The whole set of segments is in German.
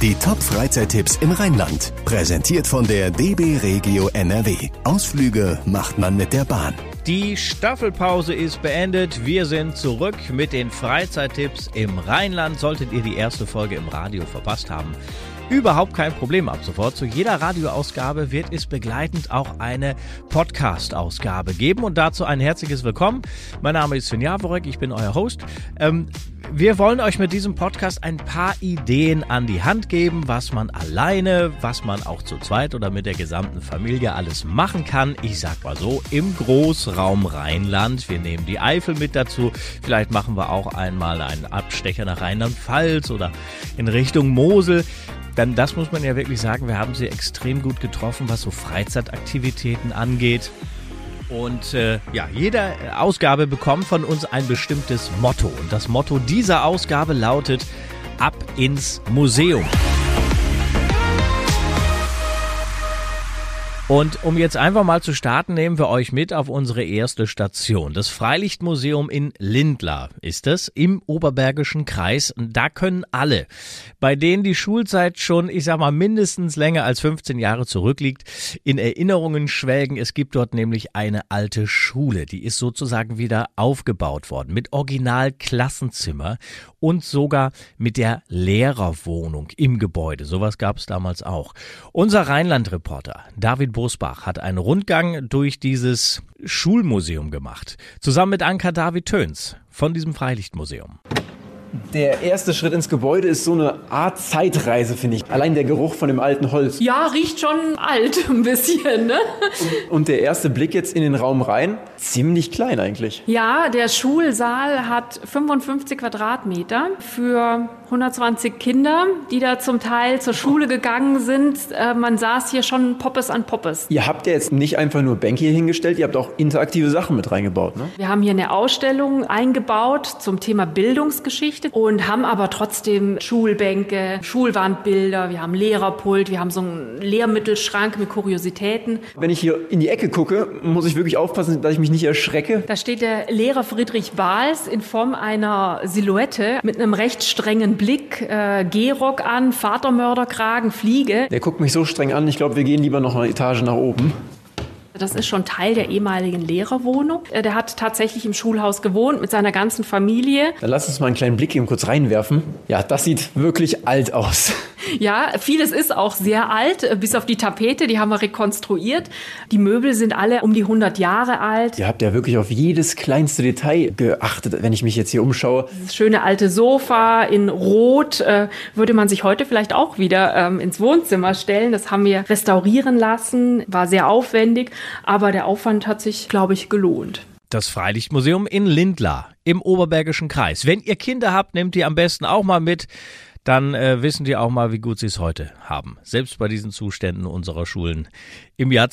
Die Top-Freizeittipps im Rheinland. Präsentiert von der DB Regio NRW. Ausflüge macht man mit der Bahn. Die Staffelpause ist beendet. Wir sind zurück mit den Freizeittipps im Rheinland. Solltet ihr die erste Folge im Radio verpasst haben, überhaupt kein Problem ab sofort. Zu jeder Radioausgabe wird es begleitend auch eine Podcast-Ausgabe geben. Und dazu ein herzliches Willkommen. Mein Name ist Sven Jaworek, ich bin euer Host. Wir wollen euch mit diesem Podcast ein paar Ideen an die Hand geben, was man alleine, was man auch zu zweit oder mit der gesamten Familie alles machen kann. Ich sag mal so, im Großraum Rheinland. Wir nehmen die Eifel mit dazu. Vielleicht machen wir auch einmal einen Abstecher nach Rheinland-Pfalz oder in Richtung Mosel. Denn das muss man ja wirklich sagen, wir haben sie extrem gut getroffen, was so Freizeitaktivitäten angeht. Und jede Ausgabe bekommt von uns ein bestimmtes Motto. Und das Motto dieser Ausgabe lautet: Ab ins Museum. Und um jetzt einfach mal zu starten, nehmen wir euch mit auf unsere erste Station. Das Freilichtmuseum in Lindlar ist es, im Oberbergischen Kreis. Und da können alle, bei denen die Schulzeit schon, mindestens länger als 15 Jahre zurückliegt, in Erinnerungen schwelgen. Es gibt dort nämlich eine alte Schule, die ist sozusagen wieder aufgebaut worden, mit Originalklassenzimmer und sogar mit der Lehrerwohnung im Gebäude. Sowas gab es damals auch. Unser Rheinland-Reporter David Bosbach hat einen Rundgang durch dieses Schulmuseum gemacht, zusammen mit Anka David Töns von diesem Freilichtmuseum. Der erste Schritt ins Gebäude ist so eine Art Zeitreise, finde ich. Allein der Geruch von dem alten Holz. Ja, riecht schon alt ein bisschen, ne? Und der erste Blick jetzt in den Raum rein, ziemlich klein eigentlich. Ja, der Schulsaal hat 55 Quadratmeter für 120 Kinder, die da zum Teil zur Schule gegangen sind. Man saß hier schon Poppes an Poppes. Ihr habt ja jetzt nicht einfach nur Bänke hier hingestellt, ihr habt auch interaktive Sachen mit reingebaut, ne? Wir haben hier eine Ausstellung eingebaut zum Thema Bildungsgeschichte und haben aber trotzdem Schulbänke, Schulwandbilder, wir haben Lehrerpult, wir haben so einen Lehrmittelschrank mit Kuriositäten. Wenn ich hier in die Ecke gucke, muss ich wirklich aufpassen, dass ich mich nicht erschrecke. Da steht der Lehrer Friedrich Bahls in Form einer Silhouette mit einem recht strengen Blick, Gehrock an, Vatermörderkragen, Fliege. Der guckt mich so streng an, ich glaube, wir gehen lieber noch eine Etage nach oben. Das ist schon Teil der ehemaligen Lehrerwohnung. Der hat tatsächlich im Schulhaus gewohnt mit seiner ganzen Familie. Dann lass uns mal einen kleinen Blick eben kurz reinwerfen. Ja, das sieht wirklich alt aus. Ja, vieles ist auch sehr alt, bis auf die Tapete, die haben wir rekonstruiert. Die Möbel sind alle um die 100 Jahre alt. Ihr habt ja wirklich auf jedes kleinste Detail geachtet, wenn ich mich jetzt hier umschaue. Das schöne alte Sofa in Rot würde man sich heute vielleicht auch wieder ins Wohnzimmer stellen. Das haben wir restaurieren lassen, war sehr aufwendig, aber der Aufwand hat sich, glaube ich, gelohnt. Das Freilichtmuseum in Lindlar im Oberbergischen Kreis. Wenn ihr Kinder habt, nehmt die am besten auch mal mit. Dann wissen die auch mal, wie gut sie es heute haben. Selbst bei diesen Zuständen unserer Schulen im Jahr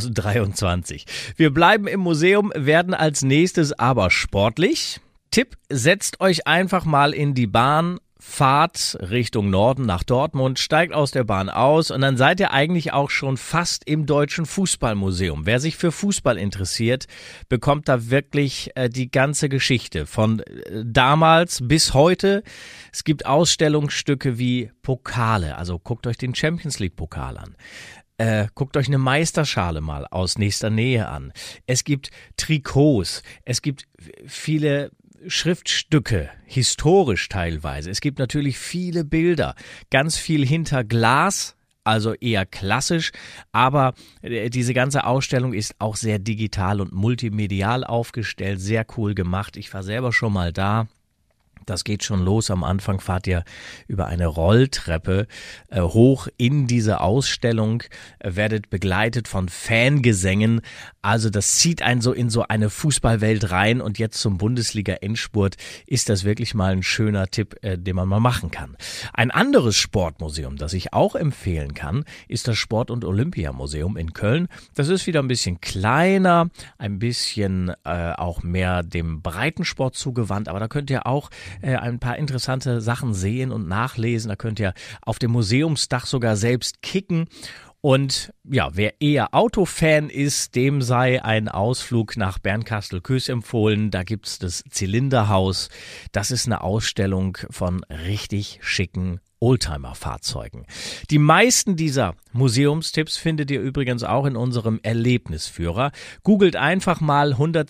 2023. Wir bleiben im Museum, werden als nächstes aber sportlich. Tipp, setzt euch einfach mal in die Bahn, fahrt Richtung Norden nach Dortmund, steigt aus der Bahn aus und dann seid ihr eigentlich auch schon fast im Deutschen Fußballmuseum. Wer sich für Fußball interessiert, bekommt da wirklich die ganze Geschichte von damals bis heute. Es gibt Ausstellungsstücke wie Pokale, also guckt euch den Champions League Pokal an. Guckt euch eine Meisterschale mal aus nächster Nähe an. Es gibt Trikots, es gibt viele Schriftstücke, historisch teilweise. Es gibt natürlich viele Bilder, ganz viel hinter Glas, also eher klassisch, aber diese ganze Ausstellung ist auch sehr digital und multimedial aufgestellt, sehr cool gemacht. Ich war selber schon mal da. Das geht schon los. Am Anfang fahrt ihr über eine Rolltreppe hoch in diese Ausstellung, werdet begleitet von Fangesängen. Also das zieht einen so in so eine Fußballwelt rein und jetzt zum Bundesliga-Endspurt ist das wirklich mal ein schöner Tipp, den man mal machen kann. Ein anderes Sportmuseum, das ich auch empfehlen kann, ist das Sport- und Olympiamuseum in Köln. Das ist wieder ein bisschen kleiner, ein bisschen auch mehr dem Breitensport zugewandt, aber da könnt ihr auch ein paar interessante Sachen sehen und nachlesen. Da könnt ihr auf dem Museumsdach sogar selbst kicken. Und ja, wer eher Autofan ist, dem sei ein Ausflug nach Bernkastel-Kues empfohlen. Da gibt's das Zylinderhaus. Das ist eine Ausstellung von richtig schicken Oldtimer-Fahrzeugen. Die meisten dieser Museumstipps findet ihr übrigens auch in unserem Erlebnisführer. Googelt einfach mal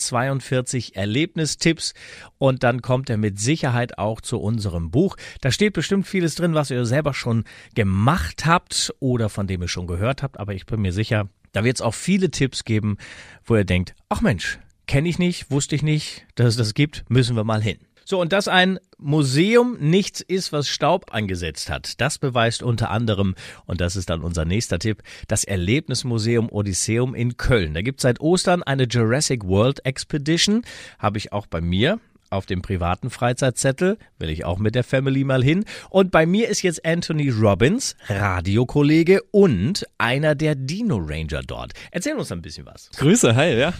142 Erlebnistipps und dann kommt er mit Sicherheit auch zu unserem Buch. Da steht bestimmt vieles drin, was ihr selber schon gemacht habt oder von dem ihr schon gehört habt, aber ich bin mir sicher, da wird es auch viele Tipps geben, wo ihr denkt, ach Mensch, kenne ich nicht, wusste ich nicht, dass es das gibt, müssen wir mal hin. So, und dass ein Museum nichts ist, was Staub eingesetzt hat, das beweist unter anderem, und das ist dann unser nächster Tipp, das Erlebnismuseum Odysseum in Köln. Da gibt es seit Ostern eine Jurassic World Expedition, habe ich auch bei mir auf dem privaten Freizeitzettel, will ich auch mit der Family mal hin. Und bei mir ist jetzt Anthony Robbins, Radiokollege und einer der Dino Ranger dort. Erzähl uns ein bisschen was. Grüße, hi, ja.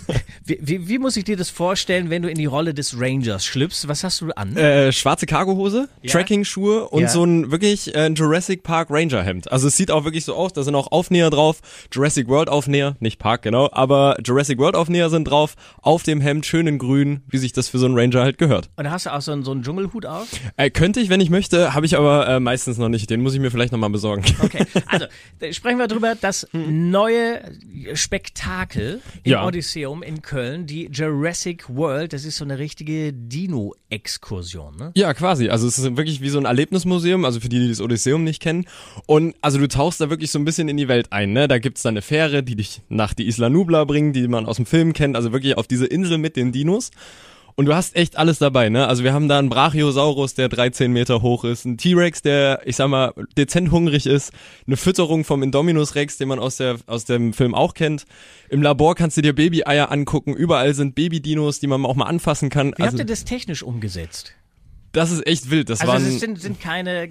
Wie muss ich dir das vorstellen, wenn du in die Rolle des Rangers schlüpfst? Was hast du an? Schwarze Cargohose, ja? Trekking-Schuhe und so ein wirklich Jurassic Park Ranger Hemd. Also es sieht auch wirklich so aus, da sind auch Aufnäher drauf, Jurassic World Aufnäher, nicht Park, genau, aber Jurassic World Aufnäher sind drauf, auf dem Hemd, schön in grün, wie sich das für so einen Ranger halt gehört. Und hast du auch so einen Dschungelhut auf? Könnte ich, wenn ich möchte, habe ich aber meistens noch nicht. Den muss ich mir vielleicht nochmal besorgen. Okay, also sprechen wir drüber, das neue Spektakel im Odysseum in Köln, die Jurassic World, das ist so eine richtige Dino-Exkursion, ne? Ja, quasi. Also es ist wirklich wie so ein Erlebnismuseum, also für die, die das Odysseum nicht kennen. Und also du tauchst da wirklich so ein bisschen in die Welt ein, ne? Da gibt's dann eine Fähre, die dich nach die Isla Nubla bringt, die man aus dem Film kennt, also wirklich auf diese Insel mit den Dinos. Und du hast echt alles dabei, ne? Also wir haben da einen Brachiosaurus, der 13 Meter hoch ist, einen T-Rex, der, ich sag mal, dezent hungrig ist, eine Fütterung vom Indominus Rex, den man aus dem Film auch kennt. Im Labor kannst du dir Baby-Eier angucken, überall sind Baby-Dinos, die man auch mal anfassen kann. Wie habt ihr das technisch umgesetzt? Das ist echt wild. Das sind keine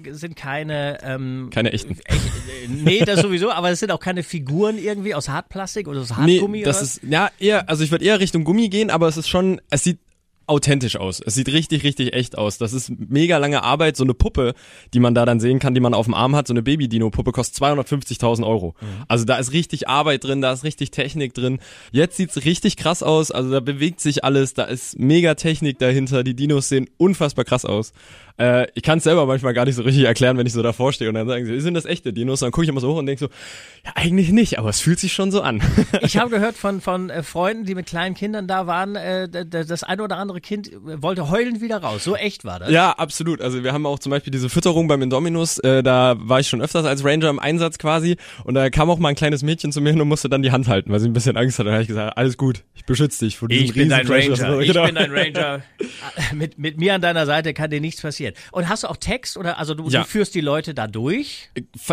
keine echten. Nee, das sowieso, aber es sind auch keine Figuren irgendwie aus Hartplastik oder aus Hartgummi oder was? Ist, ja, eher, also ich würde eher Richtung Gummi gehen, aber es sieht authentisch aus. Es sieht richtig, richtig echt aus. Das ist mega lange Arbeit. So eine Puppe, die man da dann sehen kann, die man auf dem Arm hat, so eine Baby-Dino-Puppe, kostet 250.000 €. Also da ist richtig Arbeit drin, da ist richtig Technik drin. Jetzt sieht's richtig krass aus. Also da bewegt sich alles, da ist mega Technik dahinter. Die Dinos sehen unfassbar krass aus. Ich kann es selber manchmal gar nicht so richtig erklären, wenn ich so davor stehe und dann sagen sie, sind das echte Dinos? Dann gucke ich immer so hoch und denke so, ja eigentlich nicht, aber es fühlt sich schon so an. Ich habe gehört von Freunden, die mit kleinen Kindern da waren, das ein oder andere Kind wollte heulend wieder raus. So echt war das. Ja, absolut. Also wir haben auch zum Beispiel diese Fütterung beim Indominus, da war ich schon öfters als Ranger im Einsatz quasi und da kam auch mal ein kleines Mädchen zu mir hin und musste dann die Hand halten, weil sie ein bisschen Angst hatte. Da habe ich gesagt, alles gut, ich beschütze dich vor diesem Riesen. Ich Genau. bin dein Ranger. Mit mir an deiner Seite kann dir nichts passieren. Und hast du auch Text oder also du führst die Leute da durch?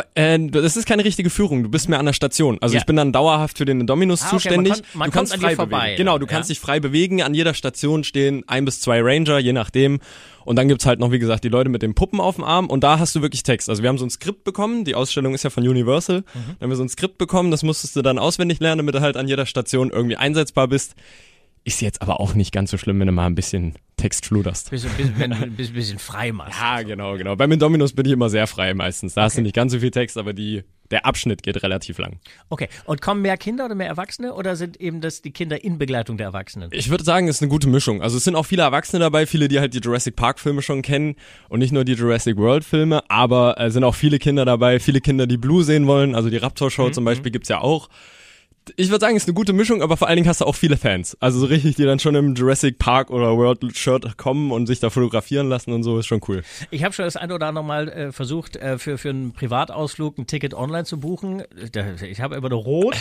Das ist keine richtige Führung. Du bist mehr an der Station. Also ich bin dann dauerhaft für den Indominus zuständig. Man du kannst kommt frei an dir vorbei. bewegen. Genau, du kannst dich frei bewegen. An jeder Station stehen 1 bis 2 Ranger, je nachdem. Und dann gibt's halt noch, wie gesagt, die Leute mit den Puppen auf dem Arm und da hast du wirklich Text. Also wir haben so ein Skript bekommen, die Ausstellung ist ja von Universal. Da haben wir so ein Skript bekommen, das musstest du dann auswendig lernen, damit du halt an jeder Station irgendwie einsetzbar bist. Ist jetzt aber auch nicht ganz so schlimm, wenn du mal ein bisschen Text fluderst. Wenn du ein bisschen frei machst. Ja, genau. Beim Indominus bin ich immer sehr frei meistens. Da hast du nicht ganz so viel Text, aber der Abschnitt geht relativ lang. Okay, und kommen mehr Kinder oder mehr Erwachsene oder sind eben das die Kinder in Begleitung der Erwachsenen? Ich würde sagen, es ist eine gute Mischung. Also es sind auch viele Erwachsene dabei, viele, die halt die Jurassic Park Filme schon kennen und nicht nur die Jurassic World Filme, aber sind auch viele Kinder dabei, viele Kinder, die Blue sehen wollen, also die Raptor Show zum Beispiel gibt's ja auch. Ich würde sagen, es ist eine gute Mischung, aber vor allen Dingen hast du auch viele Fans. Also so richtig, die dann schon im Jurassic Park oder World Shirt kommen und sich da fotografieren lassen und so, ist schon cool. Ich habe schon das ein oder andere Mal versucht, für einen Privatausflug ein Ticket online zu buchen. Ich habe über eine Rot.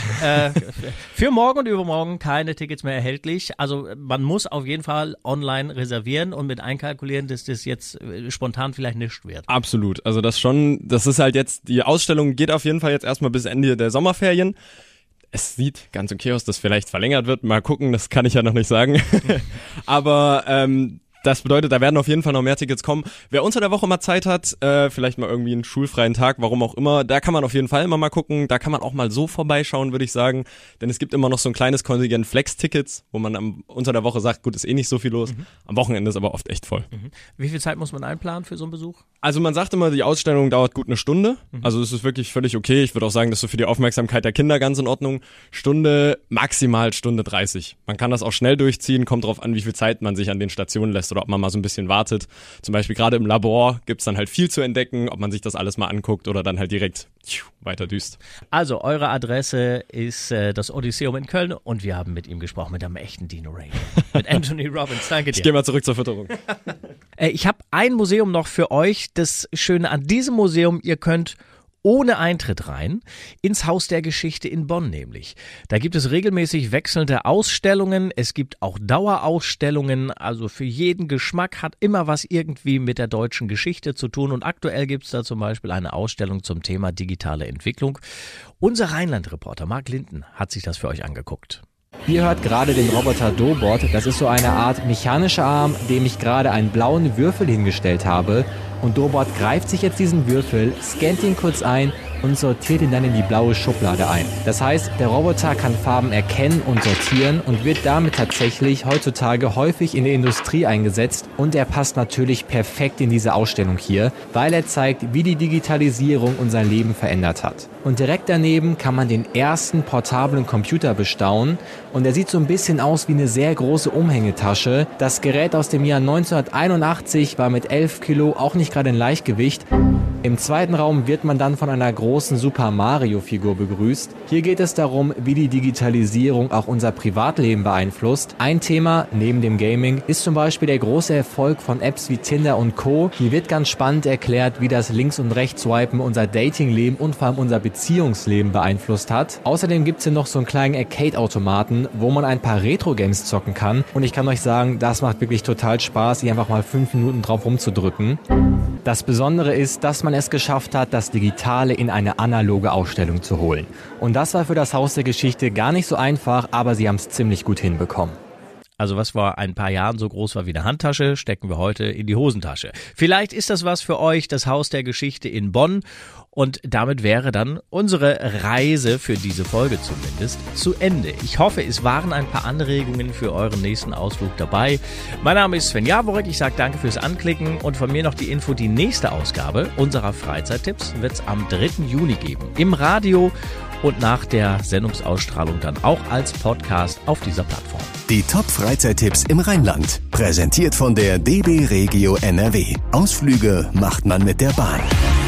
Für morgen und übermorgen keine Tickets mehr erhältlich. Also man muss auf jeden Fall online reservieren und mit einkalkulieren, dass das jetzt spontan vielleicht nicht wird. Absolut. Also das ist halt jetzt, die Ausstellung geht auf jeden Fall jetzt erstmal bis Ende der Sommerferien. Es sieht ganz okay aus, dass vielleicht verlängert wird. Mal gucken, das kann ich ja noch nicht sagen. Aber das bedeutet, da werden auf jeden Fall noch mehr Tickets kommen. Wer unter der Woche mal Zeit hat, vielleicht mal irgendwie einen schulfreien Tag, warum auch immer, da kann man auf jeden Fall immer mal gucken. Da kann man auch mal so vorbeischauen, würde ich sagen. Denn es gibt immer noch so ein kleines Kontingent Flex-Tickets, wo man unter der Woche sagt, gut, ist eh nicht so viel los. Am Wochenende ist aber oft echt voll. Wie viel Zeit muss man einplanen für so einen Besuch? Also man sagt immer, die Ausstellung dauert gut 1 Stunde. Also es ist wirklich völlig okay. Ich würde auch sagen, das ist so für die Aufmerksamkeit der Kinder ganz in Ordnung. Stunde, maximal Stunde 30. Man kann das auch schnell durchziehen, kommt drauf an, wie viel Zeit man sich an den Stationen lässt oder ob man mal so ein bisschen wartet. Zum Beispiel gerade im Labor gibt's dann halt viel zu entdecken, ob man sich das alles mal anguckt oder dann halt direkt weiter düst. Also eure Adresse ist das Odysseum in Köln und wir haben mit ihm gesprochen, mit einem echten Dino Radio. Mit Anthony Robbins. Danke dir. Ich gehe mal zurück zur Fütterung. Ich habe ein Museum noch für euch. Das Schöne an diesem Museum, ihr könnt ohne Eintritt rein, ins Haus der Geschichte in Bonn nämlich. Da gibt es regelmäßig wechselnde Ausstellungen, es gibt auch Dauerausstellungen, also für jeden Geschmack, hat immer was irgendwie mit der deutschen Geschichte zu tun und aktuell gibt es da zum Beispiel eine Ausstellung zum Thema digitale Entwicklung. Unser Rheinland-Reporter Marc Linden hat sich das für euch angeguckt. Ihr hört gerade den Roboter Dobot, das ist so eine Art mechanischer Arm, dem ich gerade einen blauen Würfel hingestellt habe. Und Dobot greift sich jetzt diesen Würfel, scannt ihn kurz ein und sortiert ihn dann in die blaue Schublade ein. Das heißt, der Roboter kann Farben erkennen und sortieren und wird damit tatsächlich heutzutage häufig in der Industrie eingesetzt. Und er passt natürlich perfekt in diese Ausstellung hier, weil er zeigt, wie die Digitalisierung unser Leben verändert hat. Und direkt daneben kann man den ersten portablen Computer bestaunen und er sieht so ein bisschen aus wie eine sehr große Umhängetasche. Das Gerät aus dem Jahr 1981 war mit 11 Kilo auch nicht gerade ein Leichtgewicht. Im zweiten Raum wird man dann von einer großen Super Mario-Figur begrüßt. Hier geht es darum, wie die Digitalisierung auch unser Privatleben beeinflusst. Ein Thema neben dem Gaming ist zum Beispiel der große Erfolg von Apps wie Tinder und Co. Hier wird ganz spannend erklärt, wie das Links- und Rechts-Swipen unser Datingleben und vor allem unser Beziehungsleben beeinflusst hat. Außerdem gibt es hier noch so einen kleinen Arcade-Automaten, wo man ein paar Retro-Games zocken kann. Und ich kann euch sagen, das macht wirklich total Spaß, hier einfach mal 5 Minuten drauf rumzudrücken. Das Besondere ist, dass man es geschafft hat, das Digitale in eine analoge Ausstellung zu holen. Und das war für das Haus der Geschichte gar nicht so einfach, aber sie haben es ziemlich gut hinbekommen. Also was vor ein paar Jahren so groß war wie eine Handtasche, stecken wir heute in die Hosentasche. Vielleicht ist das was für euch, das Haus der Geschichte in Bonn. Und damit wäre dann unsere Reise für diese Folge zumindest zu Ende. Ich hoffe, es waren ein paar Anregungen für euren nächsten Ausflug dabei. Mein Name ist Sven Jaworek, ich sage danke fürs Anklicken und von mir noch die Info, die nächste Ausgabe unserer Freizeittipps wird es am 3. Juni geben. Im Radio und nach der Sendungsausstrahlung dann auch als Podcast auf dieser Plattform. Die Top-Freizeittipps im Rheinland. Präsentiert von der DB Regio NRW. Ausflüge macht man mit der Bahn.